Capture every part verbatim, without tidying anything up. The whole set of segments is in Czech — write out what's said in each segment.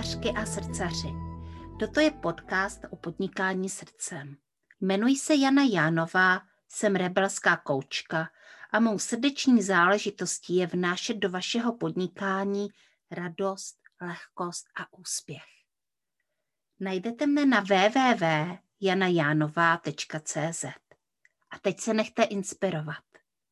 srdcařky a srdcaři. Toto je podcast o podnikání srdcem. Jmenuji se Jana Jánová, jsem rebelská koučka a mou srdeční záležitostí je vnášet do vašeho podnikání radost, lehkost a úspěch. Najdete mne na w w w tečka jana jánová tečka c z. A teď se nechte inspirovat.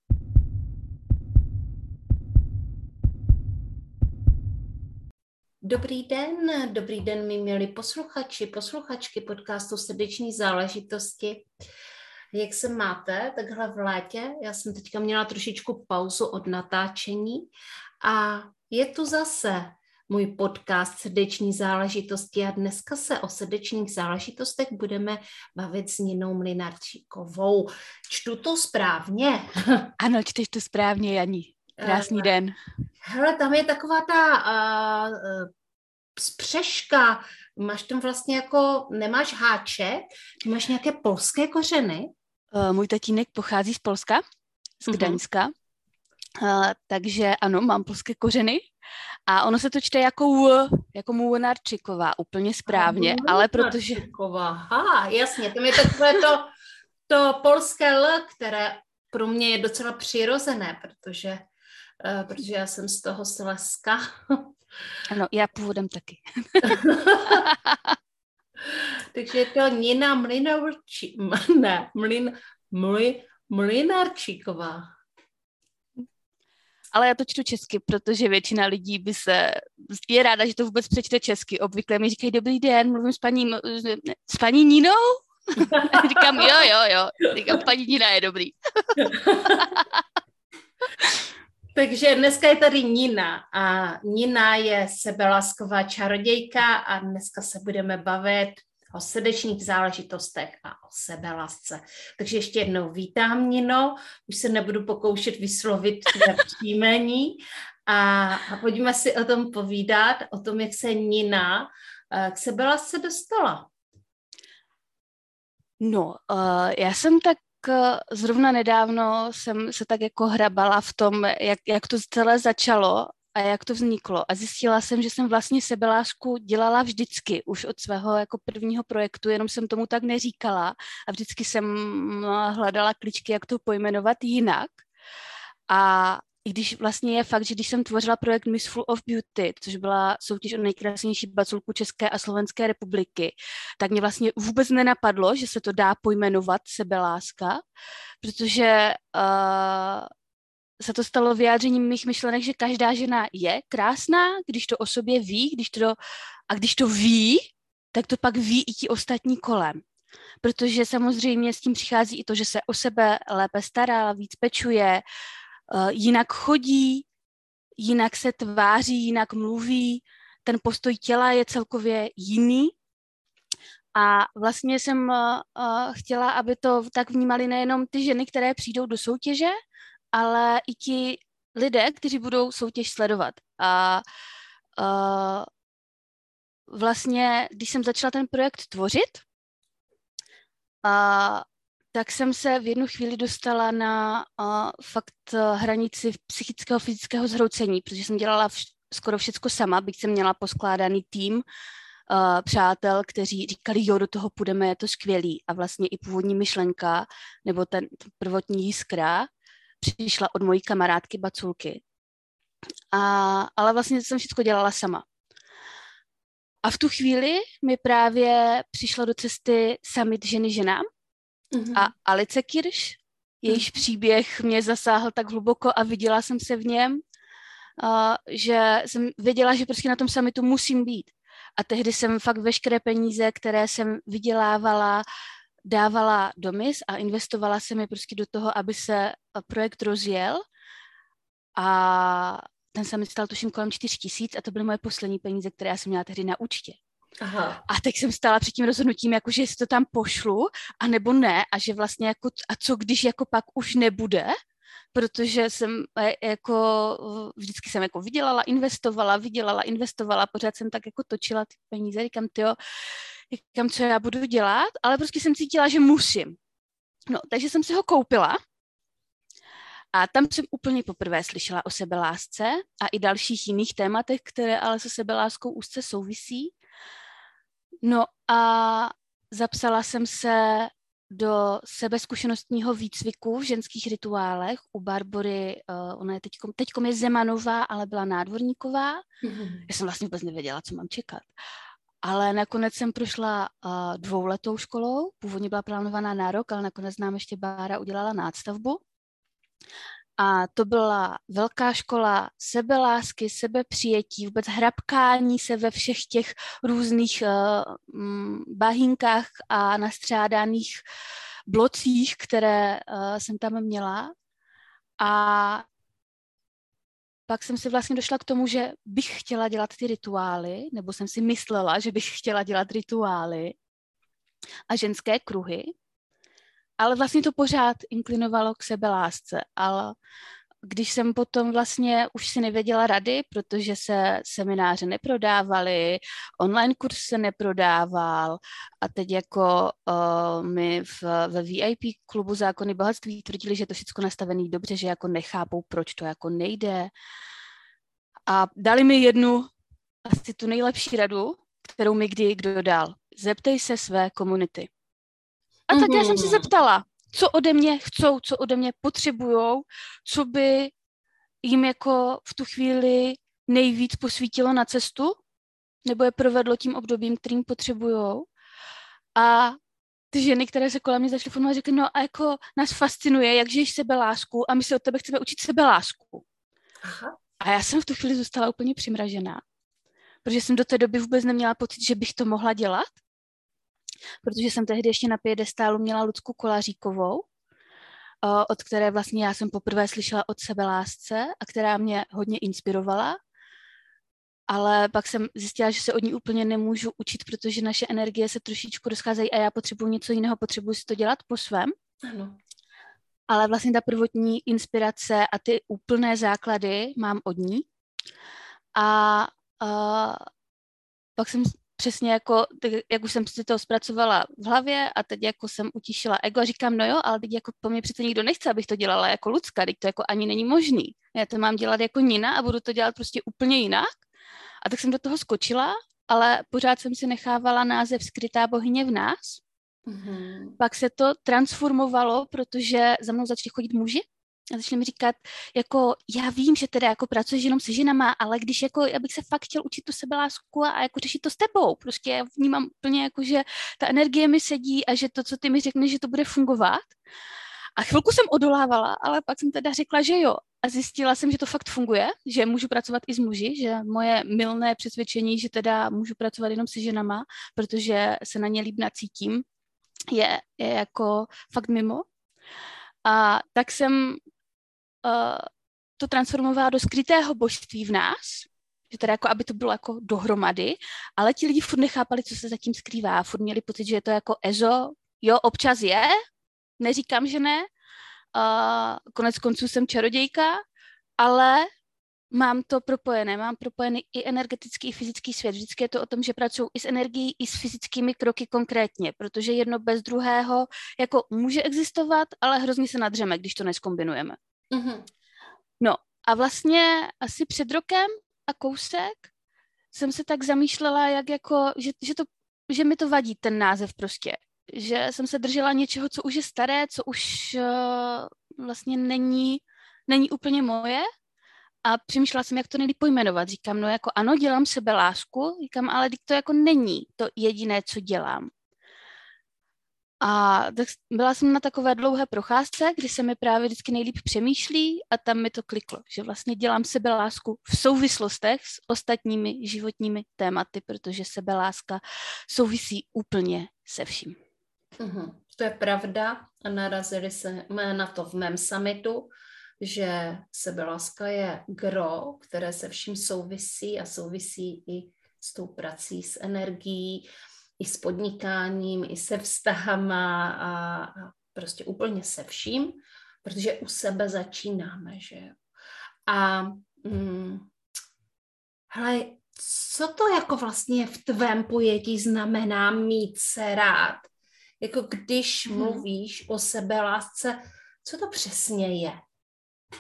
Dobrý den, dobrý den, mý milí posluchači, posluchačky podcastu Srdeční záležitosti. Jak se máte takhle v létě? Já jsem teďka měla trošičku pauzu od natáčení a je tu zase můj podcast Srdeční záležitosti a dneska se o srdečních záležitostech budeme bavit s Ninou Mlynarčíkovou. Čtu to správně? Ano, čteš to správně, Janí. Krásný uh, den. Hele, tam je taková ta uh, uh, spřeška, máš tam vlastně jako, nemáš háček, máš nějaké polské kořeny? Uh, můj tatínek pochází z Polska, z Gdaňska, uh-huh. uh, takže ano, mám polské kořeny a ono se to čte jako U, jako Mlynarčíková, úplně správně, a ale protože... Aha, jasně, tam je takové to, to polské L, které pro mě je docela přirozené, protože Uh, protože já jsem z toho Slezska. Ano, já původem taky. Takže je to Nina Mlynarčí... ne, Mlyn... Mly... Mlynarčíková. Ale já to čtu česky, protože většina lidí by se... Je ráda, že to vůbec přečte česky. Obvykle mi říkají, dobrý den, mluvím s paní, s paní Ninou? Říkám, jo, jo, jo. Říkám, paní Nina je dobrý. Takže dneska je tady Nina a Nina je sebelásková čarodějka a dneska se budeme bavit o srdečních záležitostech a o sebelásce. Takže ještě jednou vítám, Nino, už se nebudu pokoušet vyslovit tvé příjmení a, a pojďme si o tom povídat, o tom, jak se Nina k sebelásce dostala. No, uh, já jsem tak zrovna nedávno jsem se tak jako hrabala v tom, jak, jak to celé začalo a jak to vzniklo. A zjistila jsem, že jsem vlastně sebelásku dělala vždycky, už od svého jako prvního projektu, jenom jsem tomu tak neříkala a vždycky jsem hledala kličky, jak to pojmenovat jinak. A i když vlastně je fakt, že když jsem tvořila projekt Miss Full of Beauty, což byla soutěž o nejkrásnější baculku České a Slovenské republiky, tak mě vlastně vůbec nenapadlo, že se to dá pojmenovat sebeláska, protože uh, se to stalo vyjádřením mých myšlenek, že každá žena je krásná, když to o sobě ví, když to, a když to ví, tak to pak ví i ti ostatní kolem. Protože samozřejmě s tím přichází i to, že se o sebe lépe stará, víc pečuje, Uh, jinak chodí, jinak se tváří, jinak mluví, ten postoj těla je celkově jiný a vlastně jsem uh, uh, chtěla, aby to tak vnímali nejenom ty ženy, které přijdou do soutěže, ale i ti lidé, kteří budou soutěž sledovat. A uh, vlastně, když jsem začala ten projekt tvořit, uh, tak jsem se v jednu chvíli dostala na uh, fakt uh, hranici psychického, fyzického zhroucení, protože jsem dělala vš- skoro všecko sama, byť jsem měla poskládaný tým uh, přátel, kteří říkali, jo, do toho půjdeme, je to skvělý. A vlastně i původní myšlenka, nebo ten prvotní jiskra, přišla od mojí kamarádky Baculky. A, ale vlastně jsem všechno dělala sama. A v tu chvíli mi právě přišla do cesty summit Ženy ženám, Mm-hmm. a Alice Kirš, jejíž mm-hmm. příběh mě zasáhl tak hluboko a viděla jsem se v něm, uh, že jsem věděla, že prostě na tom summitu musím být. A tehdy jsem fakt veškeré peníze, které jsem vydělávala, dávala do Miss a investovala jsem je prostě do toho, aby se projekt rozjel. A ten summit stál tuším kolem čtyři tisíc a to byly moje poslední peníze, které já jsem měla tehdy na účtě. Aha. A teď jsem stála před tím rozhodnutím, jako, že si to tam pošlu, a nebo ne, a že vlastně jako, a co když jako pak už nebude, protože jsem jako, vždycky jsem jako vydělala, investovala, vydělala, investovala, pořád jsem tak jako točila ty peníze, říkám, tyjo, říkám, co já budu dělat, ale prostě jsem cítila, že musím. No, takže jsem si ho koupila A tam jsem úplně poprvé slyšela o sebelásce a i dalších jiných tématech, které ale se sebeláskou úzce souvisí. No a zapsala jsem se do sebezkušenostního výcviku v ženských rituálech u Barbory, uh, ona je teďkom, teďkom je Zemanová, ale byla Nádvorníková. Mm-hmm. Já jsem vlastně vůbec nevěděla, co mám čekat. Ale nakonec jsem prošla uh, dvouletou školou, původně byla plánovaná na rok, ale nakonec nám ještě Bára udělala nástavbu. A to byla velká škola sebelásky, sebepřijetí, vůbec hrabkání se ve všech těch různých uh, bahinkách a nastřádaných blocích, které uh, jsem tam měla. A pak jsem si vlastně došla k tomu, že bych chtěla dělat ty rituály, nebo jsem si myslela, že bych chtěla dělat rituály a ženské kruhy. Ale vlastně to pořád inklinovalo k sebelásce. Ale když jsem potom vlastně už si nevěděla rady, protože se semináře neprodávaly, online kurz se neprodával a teď jako uh, my v, ve V I P klubu Zákony bohatství tvrdili, že je to všechno nastavený dobře, že jako nechápou, proč to jako nejde. A dali mi jednu, asi tu nejlepší radu, kterou mi kdy kdo dal. Zeptej se své komunity. A tak já jsem se zeptala, co ode mě chcou, co ode mě potřebujou, co by jim jako v tu chvíli nejvíc posvítilo na cestu, nebo je provedlo tím obdobím, kterým potřebujou. A ty ženy, které se kolem mě začaly formovat, řekly, no a jako nás fascinuje, jak žiješ sebelásku a my se od tebe chceme učit sebelásku. Aha. A já jsem v tu chvíli zůstala úplně přimražená, protože jsem do té doby vůbec neměla pocit, že bych to mohla dělat, protože jsem tehdy ještě na piedestálu měla Lucku Kolaříkovou, od které vlastně já jsem poprvé slyšela od sebelásce a která mě hodně inspirovala, ale pak jsem zjistila, že se od ní úplně nemůžu učit, protože naše energie se trošičku rozcházejí a já potřebuji něco jiného, potřebuji si to dělat po svém. Ano. Ale vlastně ta prvotní inspirace a ty úplné základy mám od ní. A, a pak jsem přesně jako, jak už jsem si to zpracovala v hlavě a teď jako jsem utišila ego a říkám, no jo, ale teď jako po mě přece nikdo nechce, abych to dělala jako Lucka, teď to jako ani není možný. Já to mám dělat jako Nina a budu to dělat prostě úplně jinak. A tak jsem do toho skočila, ale pořád jsem si nechávala název Skrytá bohyně v nás. Mm-hmm. Pak se to transformovalo, protože za mnou začali chodit muži a začali mi říkat, jako já vím, že teda jako pracuješ jenom se ženama, ale když jako, já bych se fakt chtěl učit tu sebelásku a, a jako řešit to s tebou. Prostě já vnímám úplně jako, že ta energie mi sedí a že to, co ty mi řekneš, že to bude fungovat. A chvilku jsem odolávala, ale pak jsem teda řekla, že jo. A zjistila jsem, že to fakt funguje, že můžu pracovat i s muži, že moje mylné přesvědčení, že teda můžu pracovat jenom se ženama, protože se na ně líp nacítím, je, je jako fakt mimo. A tak jsem uh, to transformovala do skrytého božství v nás, že teda jako, aby to bylo jako dohromady, ale ti lidi furt nechápali, co se zatím skrývá. Furt měli pocit, že je to jako ezo, jo, občas je, neříkám, že ne, uh, konec konců jsem čarodějka, ale mám to propojené, mám propojený i energetický, i fyzický svět. Vždycky je to o tom, že pracuji i s energií, i s fyzickými kroky konkrétně, protože jedno bez druhého jako může existovat, ale hrozně se nadřeme, když to nezkombinujeme. Mm-hmm. No a vlastně asi před rokem a kousek jsem se tak zamýšlela, jak jako, že, že, to, že mi to vadí ten název prostě. Že jsem se držela něčeho, co už je staré, co už uh, vlastně není, není úplně moje. A přemýšlela jsem, jak to nejlíp pojmenovat. Říkám, no jako ano, dělám sebelásku, říkám, ale to jako není to jediné, co dělám. A tak byla jsem na takové dlouhé procházce, kdy se mi právě vždycky nejlíp přemýšlí a tam mi to kliklo, že vlastně dělám sebelásku v souvislostech s ostatními životními tématy, protože sebeláska souvisí úplně se vším. Uhum, to je pravda a narazili se na to v mém summitu, že sebeláska je gro, které se vším souvisí a souvisí i s tou prací, s energií, i s podnikáním, i se vztahama a, a prostě úplně se vším, protože u sebe začínáme, že jo. A hm, hele, co to jako vlastně v tvém pojetí znamená mít se rád? Jako když mluvíš o sebelásce, co to přesně je?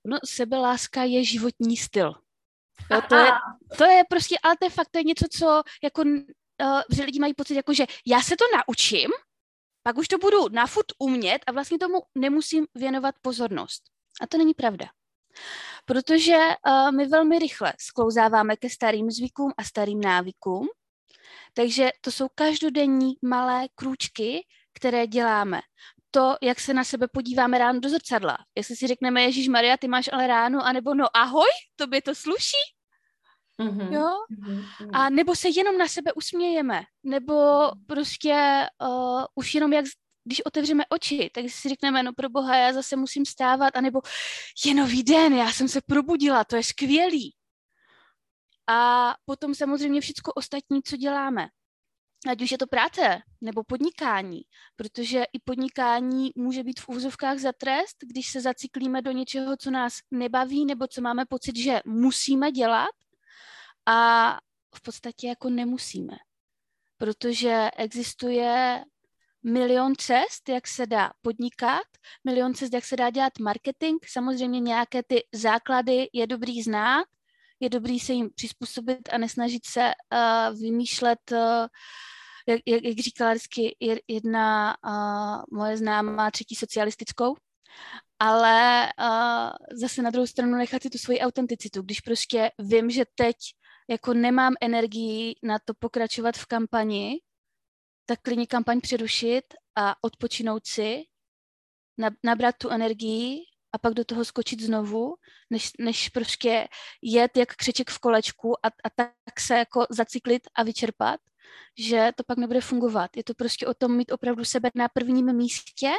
No, sebeláska je životní styl. Jo, to, je, to je prostě, ale to je fakt, to je něco, co jako, uh, že lidi mají pocit, jako, že já se to naučím, pak už to budu na furt umět a vlastně tomu nemusím věnovat pozornost. A to není pravda. Protože uh, my velmi rychle sklouzáváme ke starým zvykům a starým návykům, takže to jsou každodenní malé krůčky, které děláme. To, jak se na sebe podíváme ráno do zrcadla. Jestli si řekneme, Ježíšmarja, ty máš ale ráno, anebo no ahoj, tobě to sluší. Mm-hmm. Jo? Mm-hmm. A nebo se jenom na sebe usmějeme, nebo prostě uh, už jenom jak, když otevřeme oči, tak si řekneme, no pro boha, já zase musím stávat, anebo je nový den, já jsem se probudila, to je skvělý. A potom samozřejmě všecko ostatní, co děláme. Ať už je to práce nebo podnikání, protože i podnikání může být v úvozovkách za trest, když se zacyklíme do něčeho, co nás nebaví nebo co máme pocit, že musíme dělat a v podstatě jako nemusíme. Protože existuje milion cest, jak se dá podnikat, milion cest, jak se dá dělat marketing, samozřejmě nějaké ty základy je dobrý znát, je dobrý se jim přizpůsobit a nesnažit se uh, vymýšlet, uh, jak, jak, jak říkala vždycky jedna uh, moje známá třetí socialistickou, ale uh, zase na druhou stranu nechat si tu svoji autenticitu, když prostě vím, že teď jako nemám energii na to pokračovat v kampani, tak klidně kampaň přerušit a odpočinout si, nabrat tu energii a pak do toho skočit znovu, než, než prostě jet jak křeček v kolečku a, a tak se jako zacyklit a vyčerpat, že to pak nebude fungovat. Je to prostě o tom mít opravdu sebe na prvním místě,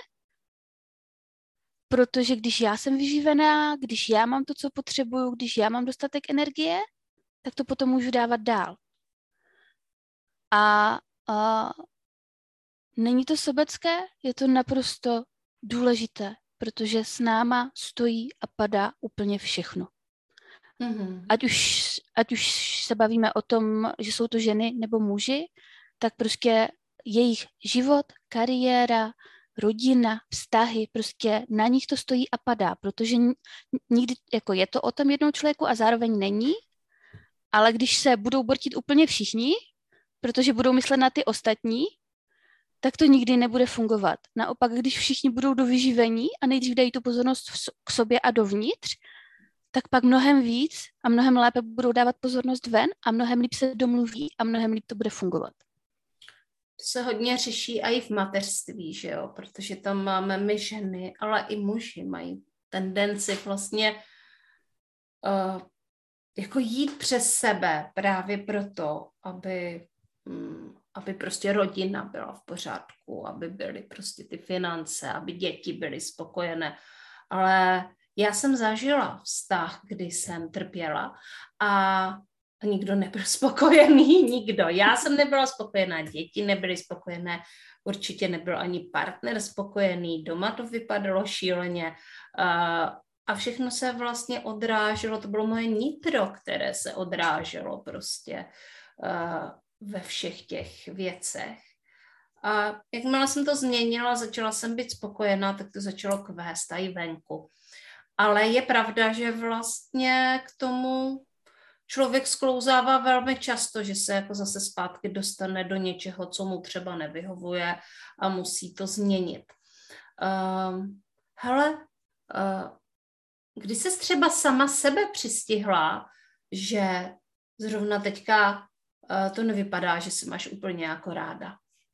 protože když já jsem vyživená, když já mám to, co potřebuju, když já mám dostatek energie, tak to potom můžu dávat dál. A, a není to sobecké, je to naprosto důležité, protože s náma stojí a padá úplně všechno. Mm-hmm. Ať už, ať už se bavíme o tom, že jsou to ženy nebo muži, tak prostě jejich život, kariéra, rodina, vztahy, prostě na nich to stojí a padá, protože nikdy, jako je to o tom jednou člověku a zároveň není, ale když se budou bortit úplně všichni, protože budou myslet na ty ostatní, tak to nikdy nebude fungovat. Naopak, když všichni budou do vyživení a nejdřív dají tu pozornost k sobě a dovnitř, tak pak mnohem víc a mnohem lépe budou dávat pozornost ven a mnohem líp se domluví a mnohem líp to bude fungovat. To se hodně řeší i v mateřství, že jo? Protože tam máme my ženy, ale i muži mají tendenci vlastně uh, jako jít přes sebe právě proto, aby... Um, aby prostě rodina byla v pořádku, aby byly prostě ty finance, aby děti byly spokojené. Ale já jsem zažila vztah, kdy jsem trpěla a nikdo nebyl spokojený, nikdo. Já jsem nebyla spokojená, děti nebyly spokojené, určitě nebyl ani partner spokojený, doma to vypadalo šíleně a všechno se vlastně odráželo, to bylo moje nitro, které se odráželo prostě ve všech těch věcech. A jakmile jsem to změnila, začala jsem být spokojená, tak to začalo kvést i venku. Ale je pravda, že vlastně k tomu člověk sklouzává velmi často, že se jako zase zpátky dostane do něčeho, co mu třeba nevyhovuje a musí to změnit. Uh, hele, uh, kdy ses třeba sama sebe přistihla, že zrovna teďka to nevypadá, že se máš úplně jako ráda?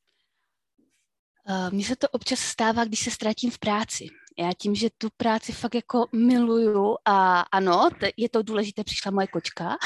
Uh, mně se to občas stává, když se ztratím v práci. Já tím, že tu práci fakt jako miluju a ano, t- je to důležité, přišla moje kočka.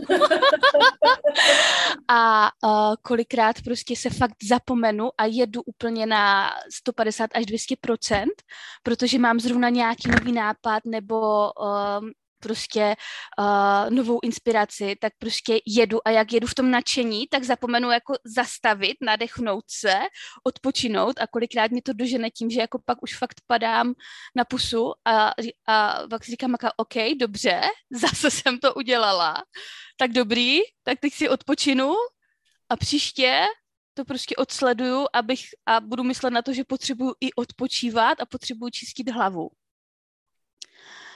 a uh, kolikrát prostě se fakt zapomenu a jedu úplně na sto padesát až dvě stě procent, protože mám zrovna nějaký nový nápad nebo um, prostě uh, novou inspiraci, tak prostě jedu a jak jedu v tom nadšení, tak zapomenu jako zastavit, nadechnout se, odpočinout a kolikrát mě to dožene tím, že jako pak už fakt padám na pusu a, a pak si říkám, OK, dobře, zase jsem to udělala, tak dobrý, tak teď si odpočinu a příště to prostě odsleduju, abych a budu myslet na to, že potřebuju i odpočívat a potřebuju čistit hlavu.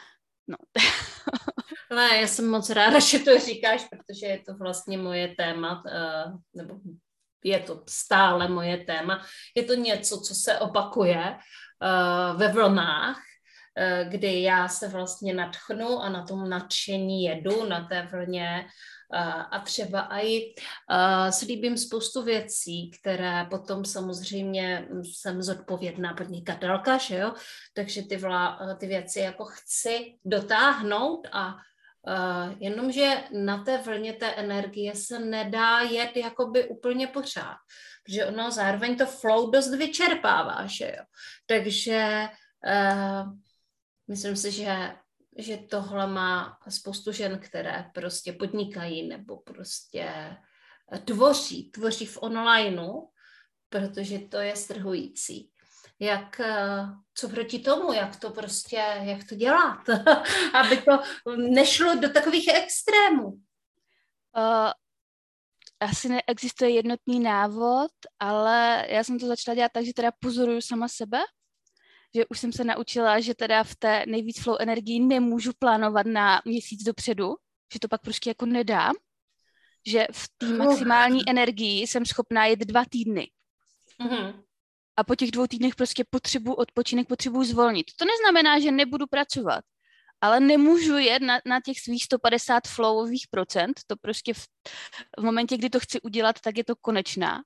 No. Ale já jsem moc ráda, že to říkáš, protože je to vlastně moje téma, nebo je to stále moje téma. Je to něco, co se opakuje ve vlnách, kdy já se vlastně nadchnu a na tom nadšení jedu, na té vlně a třeba i slíbím spoustu věcí, které potom samozřejmě jsem zodpovědná podnikatelka, že jo? Takže ty, vla, ty věci jako chci dotáhnout a Uh, jenomže na té vlně té energie se nedá jet jakoby úplně pořád, protože ono zároveň to flow dost vyčerpává, že jo. Takže uh, myslím si, že, že tohle má spoustu žen, které prostě podnikají nebo prostě tvoří, tvoří v onlineu, protože to je strhující. Jak, co proti tomu, jak to prostě, jak to dělat, aby to nešlo do takových extrémů? Uh, asi neexistuje jednotný návod, ale já jsem to začala dělat tak, že teda pozoruju sama sebe, že už jsem se naučila, že teda v té nejvíc flow energii nemůžu plánovat na měsíc dopředu, že to pak prostě jako nedám, že v té maximální uh. energii jsem schopná jet dva týdny. Uh-huh. A po těch dvou týdnech prostě potřebuji odpočinek, potřebuji zvolnit. To neznamená, že nebudu pracovat, ale nemůžu jet na, na těch svých sto padesát flowových procent. To prostě v, v momentě, kdy to chci udělat, tak je to konečná.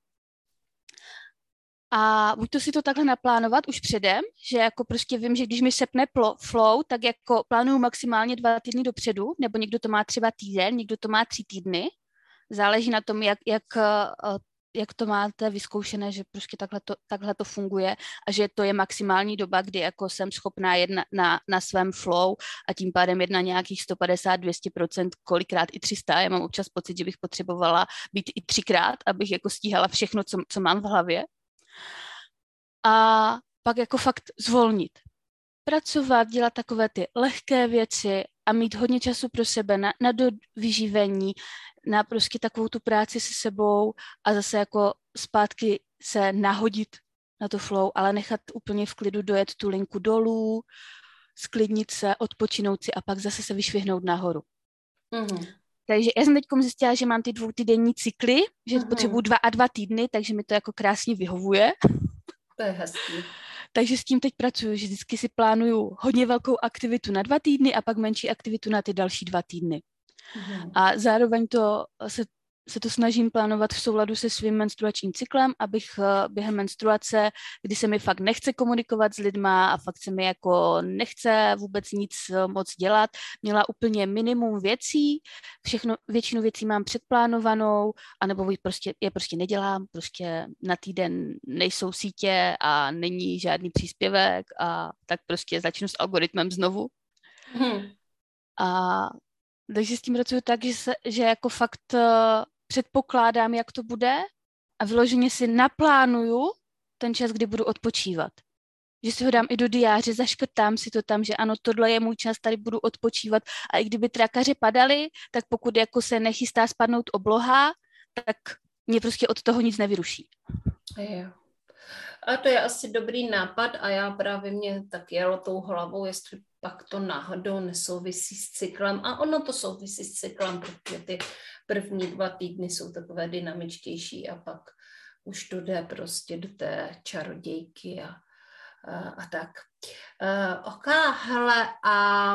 A buď to si to takhle naplánovat už předem, že jako prostě vím, že když mi sepne plo, flow, tak jako plánuju maximálně dva týdny dopředu, nebo někdo to má třeba týden, někdo to má tři týdny. Záleží na tom, jak, jak jak to máte vyzkoušené, že prostě takhle to, takhle to funguje a že to je maximální doba, kdy jako jsem schopná jet na, na, na svém flow a tím pádem jet na nějakých sto padesát až dvě stě procent, kolikrát i tři sta. Já mám občas pocit, že bych potřebovala být i třikrát, abych jako stíhala všechno, co, co mám v hlavě. A pak jako fakt zvolnit. Pracovat, dělat takové ty lehké věci a mít hodně času pro sebe na, na dovyživení, na prostě takovou tu práci se sebou a zase jako zpátky se nahodit na to flow, ale nechat úplně v klidu dojet tu linku dolů, sklidnit se, odpočinout si a pak zase se vyšvihnout nahoru. Mm-hmm. Takže já jsem teď zjistila, že mám ty dvoutýdenní cykly, že mm-hmm. potřebuju dva a dva týdny, takže mi to jako krásně vyhovuje. To je hezký. Takže s tím teď pracuji, že vždycky si plánuju hodně velkou aktivitu na dva týdny a pak menší aktivitu na ty další dva týdny. Mm. A zároveň to se, se to snažím plánovat v souladu se svým menstruačním cyklem, abych během menstruace, kdy se mi fakt nechce komunikovat s lidma a fakt se mi jako nechce vůbec nic moc dělat, měla úplně minimum věcí, všechno, většinu věcí mám předplánovanou, anebo prostě, je prostě nedělám, prostě na týden nejsou sítě a není žádný příspěvek a tak prostě začnu s algoritmem znovu. Mm. A takže s tím pracuju tak, že, se, že jako fakt uh, předpokládám, jak to bude a vyloženě si naplánuju ten čas, kdy budu odpočívat. Že si ho dám i do diáře, zaškrtám si to tam, že ano, tohle je můj čas, tady budu odpočívat a i kdyby trakaře padaly, tak pokud jako se nechystá spadnout obloha, tak mě prostě od toho nic nevyruší. Jo. A to je asi dobrý nápad a já právě mě tak jelo tou hlavou, jestli pak to náhodou nesouvisí s cyklem. A ono to souvisí s cyklem, protože ty první dva týdny jsou takové dynamičtější a pak už to jde prostě do té čarodějky a, a, a tak. Uh, ok, hele, a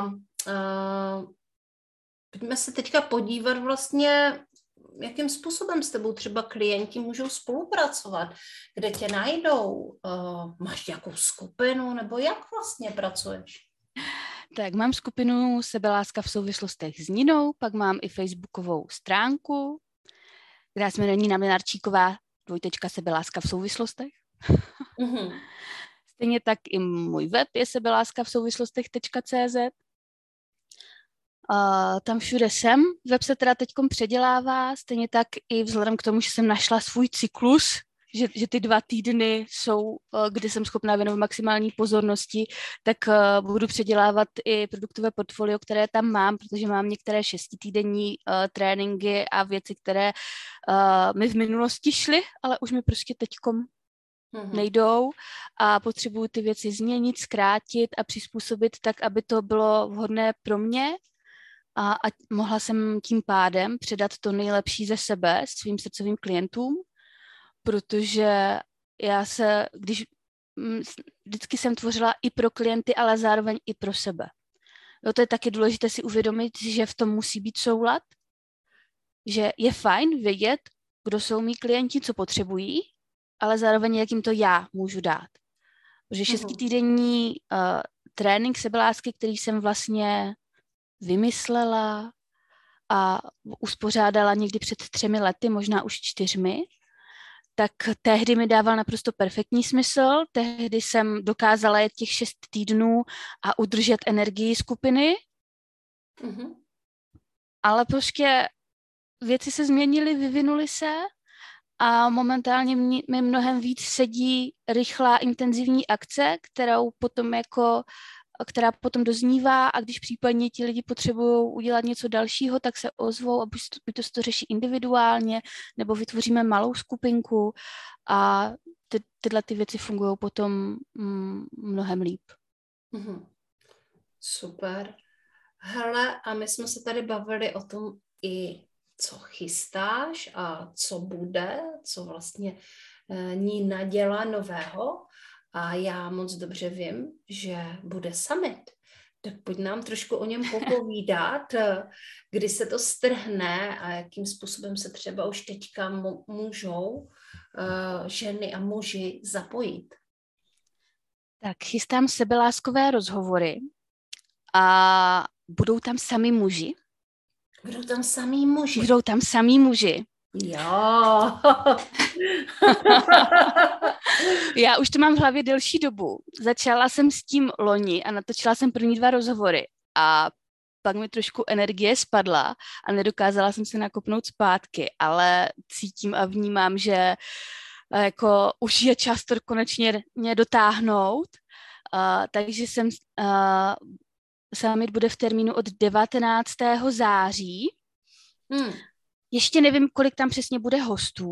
uh, pojďme se teďka podívat vlastně, jakým způsobem s tebou třeba klienti můžou spolupracovat, kde tě najdou, uh, máš nějakou skupinu, nebo jak vlastně pracuješ? Tak mám skupinu Sebeláska v souvislostech s Ninou, pak mám i facebookovou stránku, která se jmenuje Nina Mlinarčíková, dvojtečka Sebeláska v souvislostech. Mm-hmm. Stejně tak i můj web je sebeláska v souvislostech tečka cé zet. Uh, tam všude jsem. Web se teda teďkom předělává, stejně tak i vzhledem k tomu, že jsem našla svůj cyklus, že, že ty dva týdny jsou, uh, kde jsem schopná věnovat maximální pozornosti, tak uh, budu předělávat i produktové portfolio, které tam mám, protože mám některé šestitýdenní uh, tréninky a věci, které uh, mi v minulosti šly, ale už mi prostě teďkom Mm-hmm. nejdou a potřebuju ty věci změnit, zkrátit a přizpůsobit tak, aby to bylo vhodné pro mě a, a mohla jsem tím pádem předat to nejlepší ze sebe svým srdcovým klientům, protože já se, když vždycky jsem tvořila i pro klienty, ale zároveň i pro sebe. Jo, to je taky důležité si uvědomit, že v tom musí být soulad, že je fajn vědět, kdo jsou mý klienti, co potřebují, ale zároveň jak jim to já můžu dát. Protože šestitýdenní uh, trénink sebelásky, který jsem vlastně vymyslela a uspořádala někdy před třemi lety, možná už čtyřmi, tak tehdy mi dával naprosto perfektní smysl. Tehdy jsem dokázala jet těch šest týdnů a udržet energii skupiny. Mm-hmm. Ale prostě věci se změnily, vyvinuly se a momentálně mi mnohem víc sedí rychlá intenzivní akce, kterou potom jako, která potom doznívá a když případně ti lidi potřebují udělat něco dalšího, tak se ozvou a buď to, buď to, to řeší individuálně, nebo vytvoříme malou skupinku a ty, tyhle ty věci fungují potom mm, mnohem líp. Mm-hmm. Super. Hele, a my jsme se tady bavili o tom i co chystáš a co bude, co vlastně e, ní nadělá nového. A já moc dobře vím, že bude summit. Tak pojď nám trošku o něm popovídat, kdy se to strhne a jakým způsobem se třeba už teďka můžou e, ženy a muži zapojit. Tak chystám sebeláskové rozhovory a budou tam sami muži. Budou tam samý muži. Budou tam samý muži. Jo. Já už to mám v hlavě delší dobu. Začala jsem s tím loni a natočila jsem první dva rozhovory a pak mi trošku energie spadla a nedokázala jsem se nakopnout zpátky, ale cítím a vnímám, že jako už je čas to konečně mě dotáhnout, uh, takže jsem uh, summit bude v termínu od devatenáctého září. Hmm. Ještě nevím, kolik tam přesně bude hostů,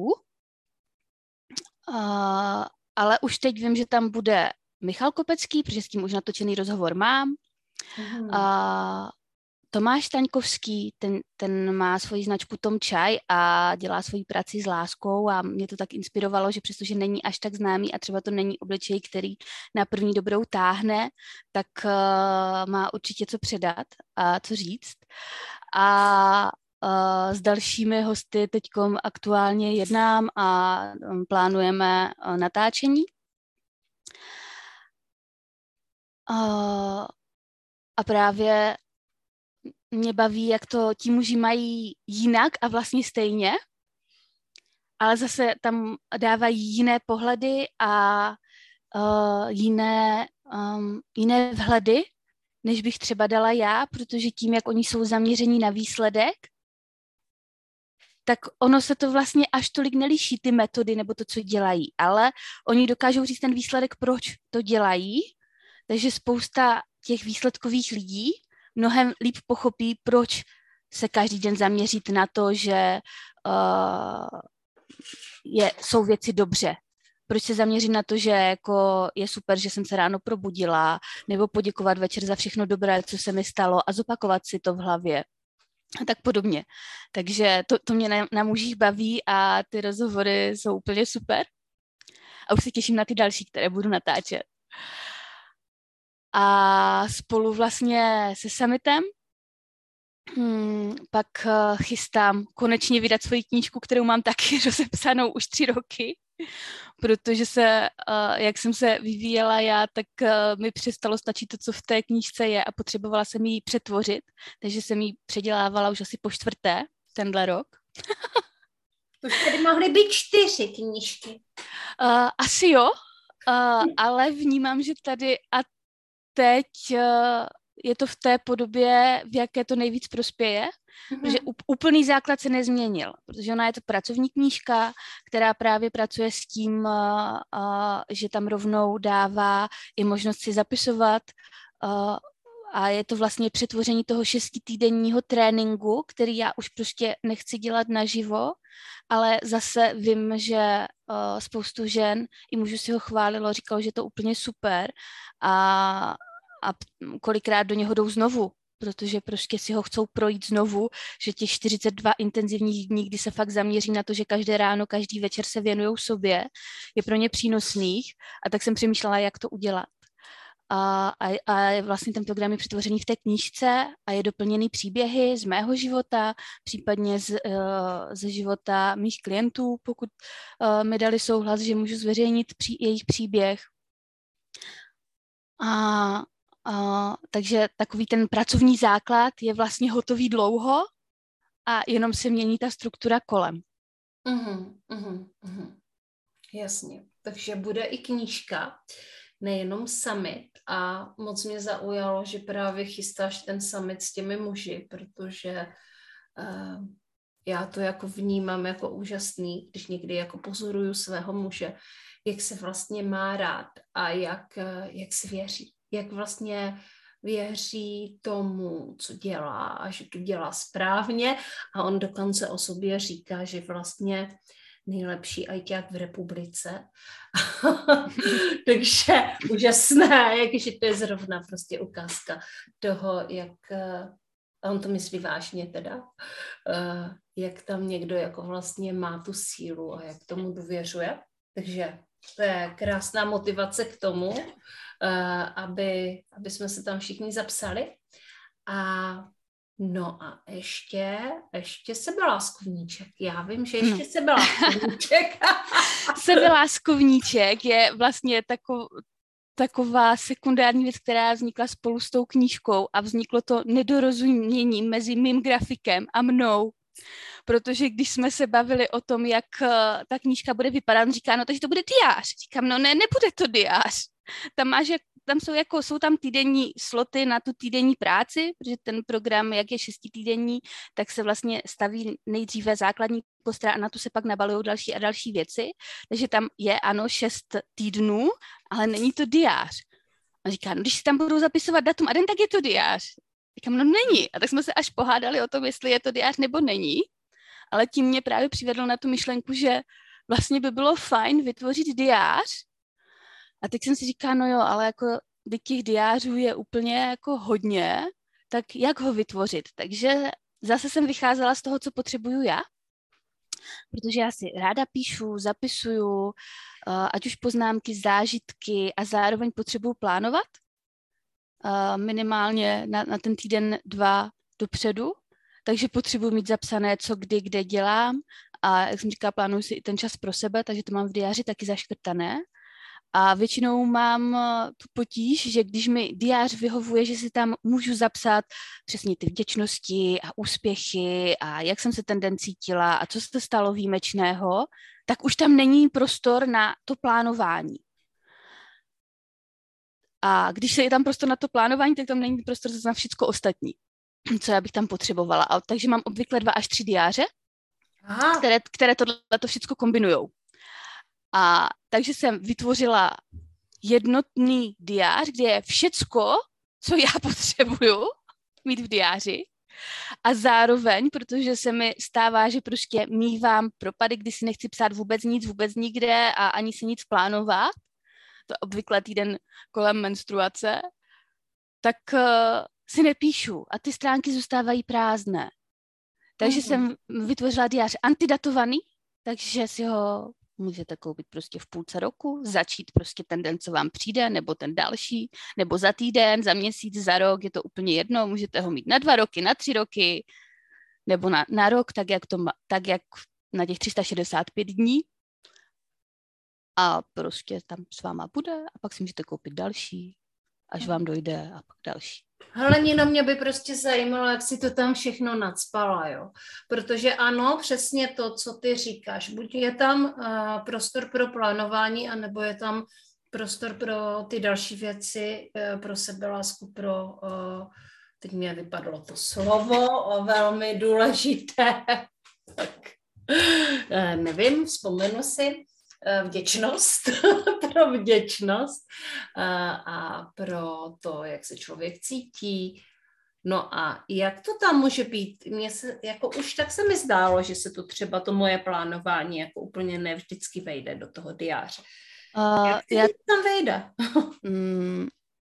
uh, ale už teď vím, že tam bude Michal Kopecký, protože s tím už natočený rozhovor mám. Hmm. Uh, Tomáš Staňkovský, ten, ten má svoji značku Tom Čaj a dělá svoji práci s láskou a mě to tak inspirovalo, že přestože není až tak známý a třeba to není obličej, který na první dobrou táhne, tak uh, má určitě co předat a co říct. A uh, s dalšími hosty teďkom aktuálně jednám a um, plánujeme uh, natáčení. Uh, a právě mě baví, jak to ti muži mají jinak a vlastně stejně, ale zase tam dávají jiné pohledy a uh, jiné, um, jiné vhledy, než bych třeba dala já, protože tím, jak oni jsou zaměření na výsledek, tak ono se to vlastně až tolik neliší, ty metody nebo to, co dělají, ale oni dokážou říct ten výsledek, proč to dělají, takže spousta těch výsledkových lidí mnohem líp pochopí, proč se každý den zaměřit na to, že uh, je, jsou věci dobře. Proč se zaměřit na to, že jako je super, že jsem se ráno probudila, nebo poděkovat večer za všechno dobré, co se mi stalo a zopakovat si to v hlavě. A tak podobně. Takže to, to mě na, na mužích baví a ty rozhovory jsou úplně super. A už se těším na ty další, které budu natáčet. A spolu vlastně se summitem hmm, pak chystám konečně vydat svoji knížku, kterou mám taky rozepsanou už tři roky, protože se, jak jsem se vyvíjela já, tak mi přestalo stačit to, co v té knížce je a potřebovala jsem ji přetvořit, takže jsem ji předělávala už asi po čtvrté tenhle rok. Už tady mohly být čtyři knížky. Uh, asi jo, uh, ale vnímám, že tady a teď uh, je to v té podobě, v jaké to nejvíc prospěje, mm-hmm. protože úplný základ se nezměnil, protože ona je to pracovní knížka, která právě pracuje s tím, uh, uh, že tam rovnou dává i možnost si zapisovat uh, a je to vlastně přetvoření toho šestitýdenního tréninku, který já už prostě nechci dělat naživo, ale zase vím, že uh, spoustu žen, i mužů si ho chválilo, říkalo, že to úplně super a, a kolikrát do něho jdou znovu, protože prostě si ho chcou projít znovu, že těch čtyřicet dva intenzivních dní, kdy se fakt zaměří na to, že každé ráno, každý večer se věnujou sobě, je pro ně přínosných a tak jsem přemýšlela, jak to udělat. A, a, a vlastně ten program je přetvořený v té knížce a je doplněný příběhy z mého života, případně z, uh, ze života mých klientů, pokud uh, mi dali souhlas, že můžu zveřejnit pří, jejich příběh. A, a, takže takový ten pracovní základ je vlastně hotový dlouho a jenom se mění ta struktura kolem. Uhum, uhum, uhum. Jasně. Takže bude i knížka, nejenom summit, a moc mě zaujalo, že právě chystáš ten summit s těmi muži, protože uh, já to jako vnímám jako úžasný, když někdy jako pozoruju svého muže, jak se vlastně má rád a jak, uh, jak si věří, jak vlastně věří tomu, co dělá a že to dělá správně, a on dokonce o sobě říká, že vlastně nejlepší ajťák v republice. Takže úžasné, jakže to je zrovna prostě ukázka toho, jak, a on to myslí vážně teda, jak tam někdo jako vlastně má tu sílu a jak tomu důvěřuje. Takže to je krásná motivace k tomu, aby, aby jsme se tam všichni zapsali. A no a ještě, ještě sebeláskovníček. Já vím, že ještě no. sebeláskovníček. Sebeláskovníček je vlastně takov, taková sekundární věc, která vznikla spolu s tou knížkou a vzniklo to nedorozumění mezi mým grafikem a mnou. Protože když jsme se bavili o tom, jak ta knížka bude vypadat, on říká, no takže to bude diář. Říkám, no ne, nebude to diář. Tam máš jak Tam jsou, jako, jsou tam týdenní sloty na tu týdenní práci, protože ten program, jak je šestitýdenní, tak se vlastně staví nejdříve základní kostra a na tu se pak nabalují další a další věci. Takže tam je, ano, šest týdnů, ale není to diář. A říká, no když si tam budou zapisovat datum a den, tak je to diář. Říkám, no není. A tak jsme se až pohádali o tom, jestli je to diář nebo není. Ale tím mě právě přivedl na tu myšlenku, že vlastně by bylo fajn vytvořit diář. A teď jsem si říkala, no jo, ale jako těch diářů je úplně jako hodně, tak jak ho vytvořit? Takže zase jsem vycházela z toho, co potřebuju já, protože já si ráda píšu, zapisuju, ať už poznámky, zážitky, a zároveň potřebuju plánovat minimálně na, na ten týden, dva dopředu, takže potřebuji mít zapsané, co kdy, kde dělám, a jak jsem říkala, plánuju si i ten čas pro sebe, takže to mám v diáři taky zaškrtané. A většinou mám tu potíž, že když mi diář vyhovuje, že si tam můžu zapsat přesně ty vděčnosti a úspěchy a jak jsem se ten den cítila a co se stalo výjimečného, tak už tam není prostor na to plánování. A když se je tam prostor na to plánování, tak tam není prostor na všechno ostatní, co já bych tam potřebovala. A takže mám obvykle dva až tři diáře, které, které tohleto všechno kombinujou. A takže jsem vytvořila jednotný diář, kde je všecko, co já potřebuju mít v diáři. A zároveň, protože se mi stává, že prostě mívám propady, kdy si nechci psát vůbec nic, vůbec nikde a ani si nic plánovat, to obvykle týden kolem menstruace, tak uh, si nepíšu a ty stránky zůstávají prázdné. Takže mm-hmm. jsem vytvořila diář antidatovaný, takže si ho můžete koupit prostě v půlce roku, začít prostě ten den, co vám přijde, nebo ten další, nebo za týden, za měsíc, za rok, je to úplně jedno, můžete ho mít na dva roky, na tři roky, nebo na, na rok, tak jak, to, tak jak na těch tři sta šedesát pět dní. A prostě tam s váma bude a pak si můžete koupit další, až vám dojde, a pak další. Hele, Nino, mě by prostě zajímalo, jak si to tam všechno nacpala, jo. Protože ano, přesně to, co ty říkáš. Buď je tam uh, prostor pro plánování, anebo je tam prostor pro ty další věci, uh, pro sebelásku, pro, uh, teď mě vypadlo to slovo, uh, velmi důležité. Tak, uh, nevím, vzpomenu si. vděčnost, pro vděčnost a pro to, jak se člověk cítí. No a jak to tam může být? Mně se, jako už tak se mi zdálo, že se to třeba to moje plánování jako úplně nevždycky vejde do toho diáře. Uh, jak já... to tam vejde? mm,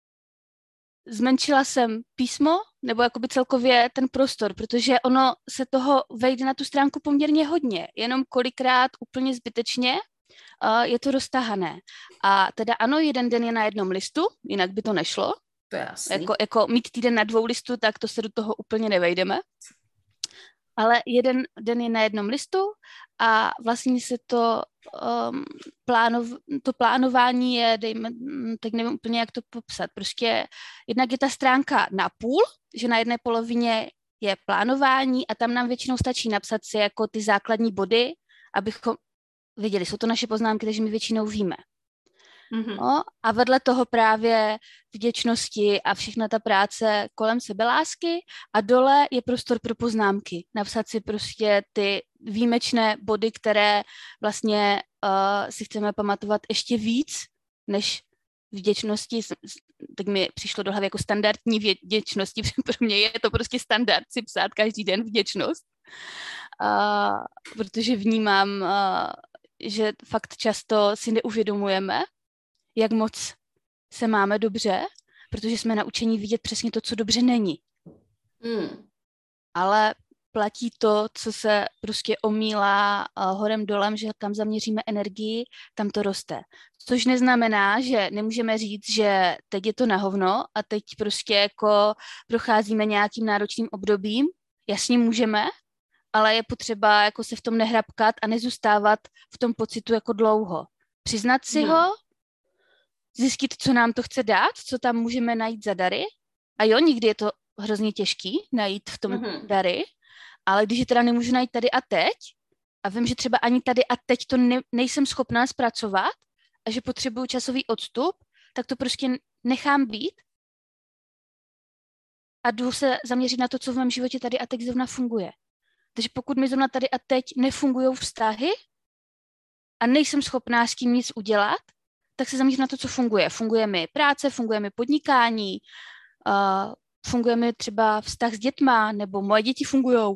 zmenšila jsem písmo, nebo jakoby celkově ten prostor, protože ono se toho vejde na tu stránku poměrně hodně, jenom kolikrát úplně zbytečně uh, je to roztahané. A teda ano, jeden den je na jednom listu, jinak by to nešlo. To je jasný. Jako, jako mít týden na dvou listu, tak to se do toho úplně nevejdeme. Ale jeden den je na jednom listu a vlastně se to, um, plánov, to plánování je, dejme, tak nevím úplně, jak to popsat. Prostě jednak je ta stránka na půl, že na jedné polovině je plánování a tam nám většinou stačí napsat si jako ty základní body, abychom věděli, jsou to naše poznámky, takže my většinou víme. Mm-hmm. No, a vedle toho právě vděčnosti a všechna ta práce kolem sebelásky a dole je prostor pro poznámky. Napsat si prostě ty výjimečné body, které vlastně uh, si chceme pamatovat ještě víc než vděčnosti. Tak mi přišlo do hlavy jako standardní vděčnosti, pro mě je to prostě standard si psát každý den vděčnost, uh, protože vnímám, uh, že fakt často si neuvědomujeme, jak moc se máme dobře, protože jsme naučeni vidět přesně to, co dobře není. Mm. Ale platí to, co se prostě omílá uh, horem dolem, že kam zaměříme energii, tam to roste. Což neznamená, že nemůžeme říct, že teď je to na hovno a teď prostě jako procházíme nějakým náročným obdobím. Jasně můžeme, ale je potřeba jako se v tom nehrabkat a nezůstávat v tom pocitu jako dlouho. Přiznat si mm. ho, zjistit, co nám to chce dát, co tam můžeme najít za dary. A jo, někdy je to hrozně těžký najít v tom mm-hmm. dary, ale když je teda nemůžu najít tady a teď a vím, že třeba ani tady a teď to ne, nejsem schopná zpracovat a že potřebuju časový odstup, tak to prostě nechám být a jdu se zaměřit na to, co v mém životě tady a teď zrovna funguje. Takže pokud mi zrovna tady a teď nefungují vztahy a nejsem schopná s tím nic udělat, tak se zaměřím na to, co funguje. Funguje mi práce, funguje mi podnikání, uh, funguje mi třeba vztah s dětma, nebo moje děti fungujou.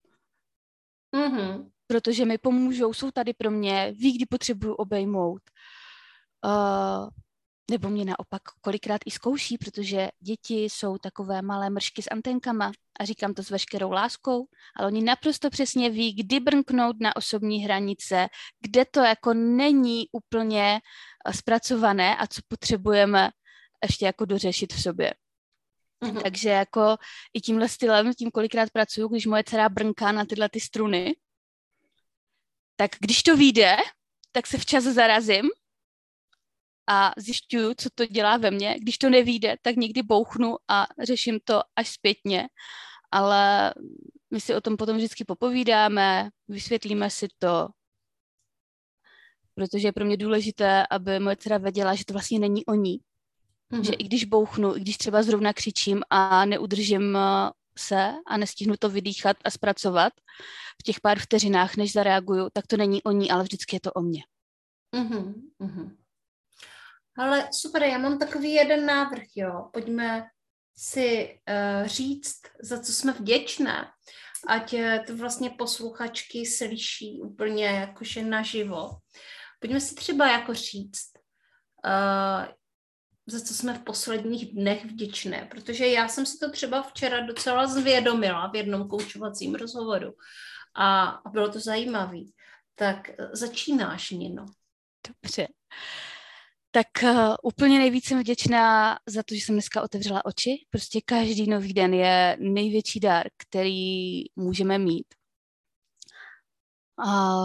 Mm-hmm. Protože mi pomůžou, jsou tady pro mě, ví, kdy potřebuju obejmout. Uh, nebo mě naopak kolikrát i zkouší, protože děti jsou takové malé mršky s antenkama a říkám to s veškerou láskou, ale oni naprosto přesně ví, kdy brnknout na osobní hranice, kde to jako není úplně zpracované a co potřebujeme ještě jako dořešit v sobě. Mm-hmm. Takže jako i tímhle stylem, tím kolikrát pracuju, když moje dcera brnká na tyhle ty struny, tak když to vyjde, tak se včas zarazím a zjišťuju, co to dělá ve mně. Když to nevyjde, tak někdy bouchnu a řeším to až zpětně. Ale my si o tom potom vždycky popovídáme, vysvětlíme si to, protože je pro mě důležité, aby moje dcera věděla, že to vlastně není o ní. Mm-hmm. Že i když bouchnu, i když třeba zrovna křičím a neudržím se a nestihnu to vydýchat a zpracovat v těch pár vteřinách, než zareaguju, tak to není o ní, ale vždycky je to o mně. Mm-hmm. Mm-hmm. Ale super, já mám takový jeden návrh, jo. Pojďme si uh, říct, za co jsme vděčné, ať to vlastně posluchačky slyší úplně jakože naživo. Pojďme si třeba jako říct, uh, za co jsme v posledních dnech vděčné, protože já jsem si to třeba včera docela zvědomila v jednom koučovacím rozhovoru a, a bylo to zajímavé. Tak začínáš, Nino. Dobře. Tak uh, úplně nejvíc jsem vděčná za to, že jsem dneska otevřela oči. Prostě každý nový den je největší dar, který můžeme mít. A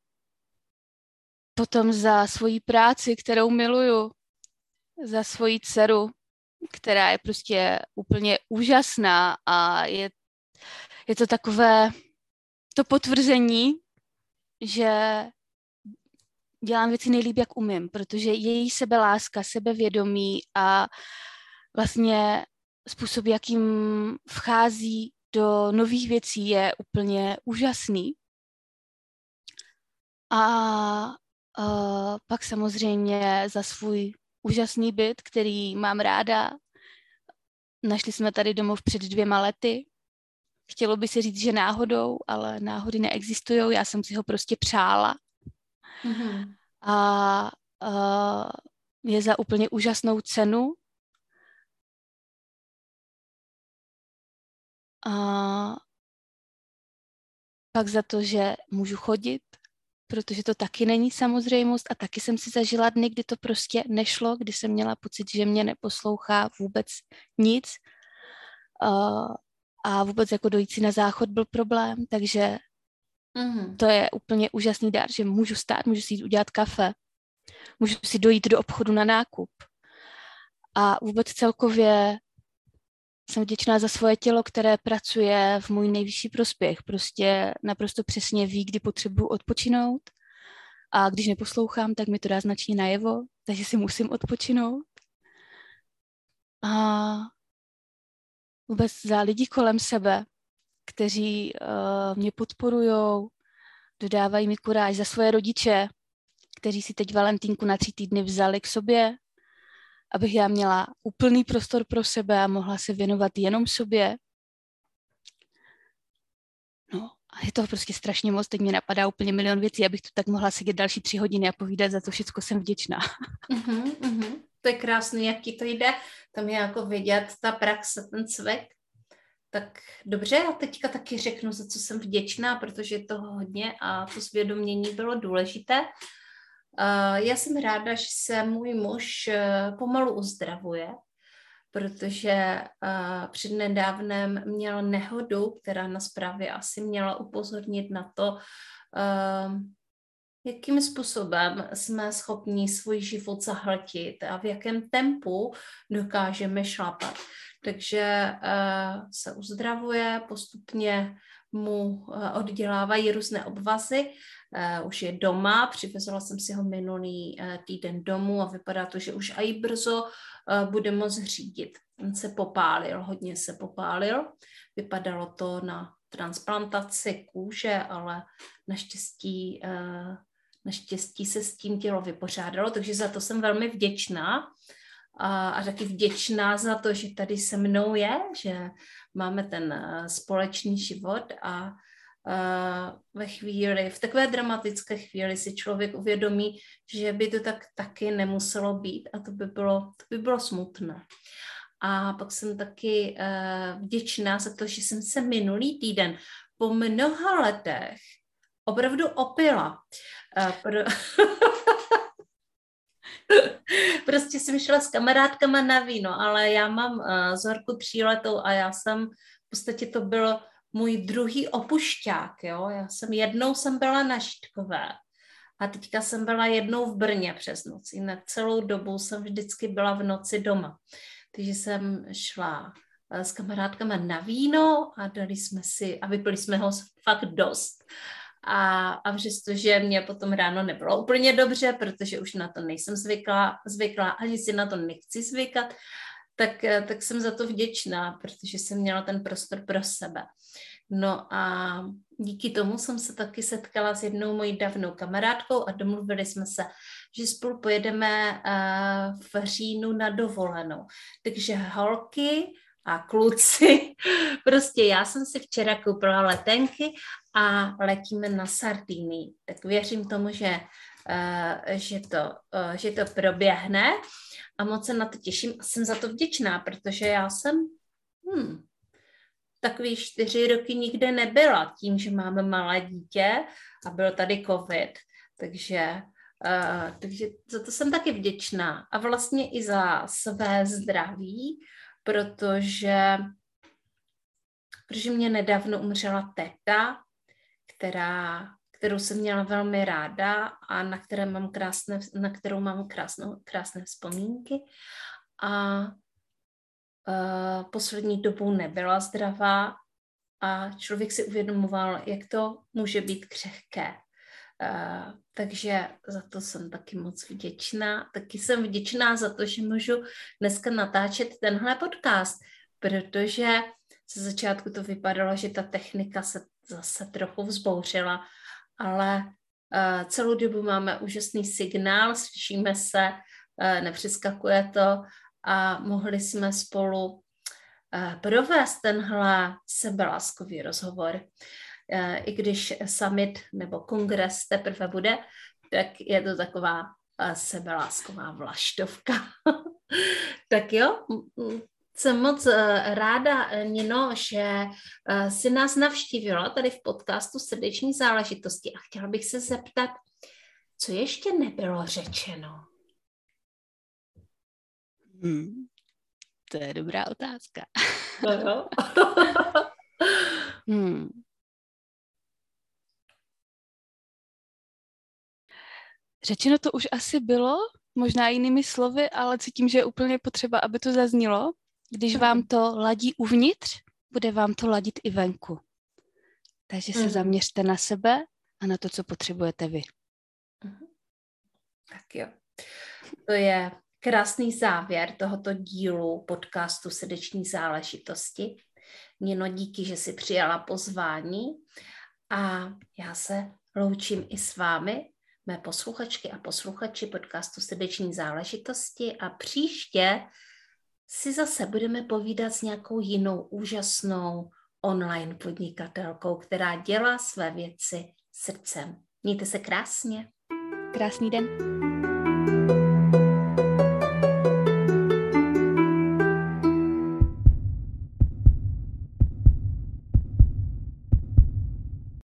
potom za svoji práci, kterou miluju, za svoji dceru, která je prostě úplně úžasná a je, je to takové to potvrzení, že dělám věci nejlíp, jak umím, protože její sebeláska, sebevědomí a vlastně způsob, jakým vchází do nových věcí, je úplně úžasný. A Uh, pak samozřejmě za svůj úžasný byt, který mám ráda. Našli jsme tady domov před dvěma lety. Chtělo by se říct, že náhodou, ale náhody neexistují. Já jsem si ho prostě přála. Mm-hmm. A uh, je za úplně úžasnou cenu. A pak za to, že můžu chodit, protože to taky není samozřejmost a taky jsem si zažila dny, kdy to prostě nešlo, kdy jsem měla pocit, že mě neposlouchá vůbec nic. Uh, a vůbec jako dojít si na záchod byl problém, takže mm-hmm. to je úplně úžasný dar, že můžu stát, můžu si jít udělat kafe, můžu si dojít do obchodu na nákup. A vůbec celkově jsem vděčná za svoje tělo, které pracuje v můj nejvyšší prospěch. Prostě naprosto přesně ví, kdy potřebuji odpočinout. A když neposlouchám, tak mi to dá značně najevo, takže si musím odpočinout. A vůbec za lidi kolem sebe, kteří uh, mě podporujou, dodávají mi kuráž, za svoje rodiče, kteří si teď Valentínku na tři týdny vzali k sobě, abych já měla úplný prostor pro sebe a mohla se věnovat jenom sobě. No a je toho prostě strašně moc, teď mě napadá úplně milion věcí, abych tu tak mohla sedět další tři hodiny a povídat, za to všechno jsem vděčná. Uh-huh, uh-huh. To je krásný, jak ti to jde, tam je jako vidět ta praxe, ten cvik. Tak dobře, já teďka taky řeknu, za co jsem vděčná, protože je toho hodně a to zvědomění bylo důležité. Uh, já jsem ráda, že se můj muž uh, pomalu uzdravuje, protože uh, přednedávnem měl nehodu, která nás právě asi měla upozornit na to, uh, jakým způsobem jsme schopni svůj život zahltit a v jakém tempu dokážeme šlapat. Takže uh, se uzdravuje, postupně mu uh, oddělávají různé obvazy, uh, už je doma, přivezla jsem si ho minulý uh, týden domů a vypadá to, že už i brzo uh, bude moct řídit. On se popálil, hodně se popálil, vypadalo to na transplantaci kůže, ale naštěstí, uh, naštěstí se s tím tělo vypořádalo, takže za to jsem velmi vděčná. A, a taky vděčná za to, že tady se mnou je, že máme ten uh, společný život a uh, ve chvíli, v takové dramatické chvíli si člověk uvědomí, že by to tak taky nemuselo být a to by bylo, to by bylo smutné. A pak jsem taky uh, vděčná za to, že jsem se minulý týden po mnoha letech opravdu opila. Uh, pro... Prostě jsem šla s kamarádkama na víno, ale já mám uh, Zorku tříletou a já jsem, v podstatě to byl můj druhý opušťák, jo. Já jsem jednou jsem byla na Žítkové a teďka jsem byla jednou v Brně přes noc. Jinak celou dobu jsem vždycky byla v noci doma. Takže jsem šla uh, s kamarádkama na víno a dali jsme si, a vypili jsme ho fakt dost. A, a přestože mě potom ráno nebylo úplně dobře, protože už na to nejsem zvyklá, zvyklá ani si na to nechci zvykat, tak, tak jsem za to vděčná, protože jsem měla ten prostor pro sebe. No a díky tomu jsem se taky setkala s jednou mojí dávnou kamarádkou a domluvili jsme se, že spolu pojedeme uh, v říjnu na dovolenou. Takže holky a kluci, prostě já jsem si včera koupila letenky a letíme na Sardinii. Tak věřím tomu, že, uh, že, to, uh, že to proběhne a moc se na to těším a jsem za to vděčná, protože já jsem hmm, takový čtyři roky nikde nebyla tím, že máme malé dítě a byl tady covid, takže, uh, takže za to jsem taky vděčná a vlastně i za své zdraví, protože, protože mě nedávno umřela teta, která, kterou jsem měla velmi ráda a na, které mám krásné, na kterou mám krásnou, krásné vzpomínky. A uh, poslední dobou nebyla zdravá a člověk si uvědomoval, jak to může být křehké. Uh, takže za to jsem taky moc vděčná. Taky jsem vděčná za to, že můžu dneska natáčet tenhle podcast, protože ze začátku to vypadalo, že ta technika se zase trochu vzbouřila, ale Celou dobu máme úžasný signál, slyšíme se, nepřeskakuje to a mohli jsme spolu provést tenhle sebeláskový rozhovor. I když summit nebo kongres teprve bude, tak je to taková sebelásková vlaštovka. Tak jo, jsem moc ráda, Nino, že jsi nás navštívila tady v podcastu Srdeční záležitosti a chtěla bych se zeptat, co ještě nebylo řečeno? Hmm, to je dobrá otázka. No jo. hmm. Řečeno to už asi bylo, možná jinými slovy, ale cítím, že je úplně potřeba, aby to zaznělo. Když vám to ladí uvnitř, bude vám to ladit i venku. Takže se mm. zaměřte na sebe a na to, co potřebujete vy. Tak jo. To je krásný závěr tohoto dílu podcastu Srdeční záležitosti. Nino, díky, že jsi přijala pozvání a já se loučím i s vámi, mé posluchačky a posluchači podcastu Srdeční záležitosti a příště si zase budeme povídat s nějakou jinou úžasnou online podnikatelkou, která dělá své věci srdcem. Mějte se krásně. Krásný den.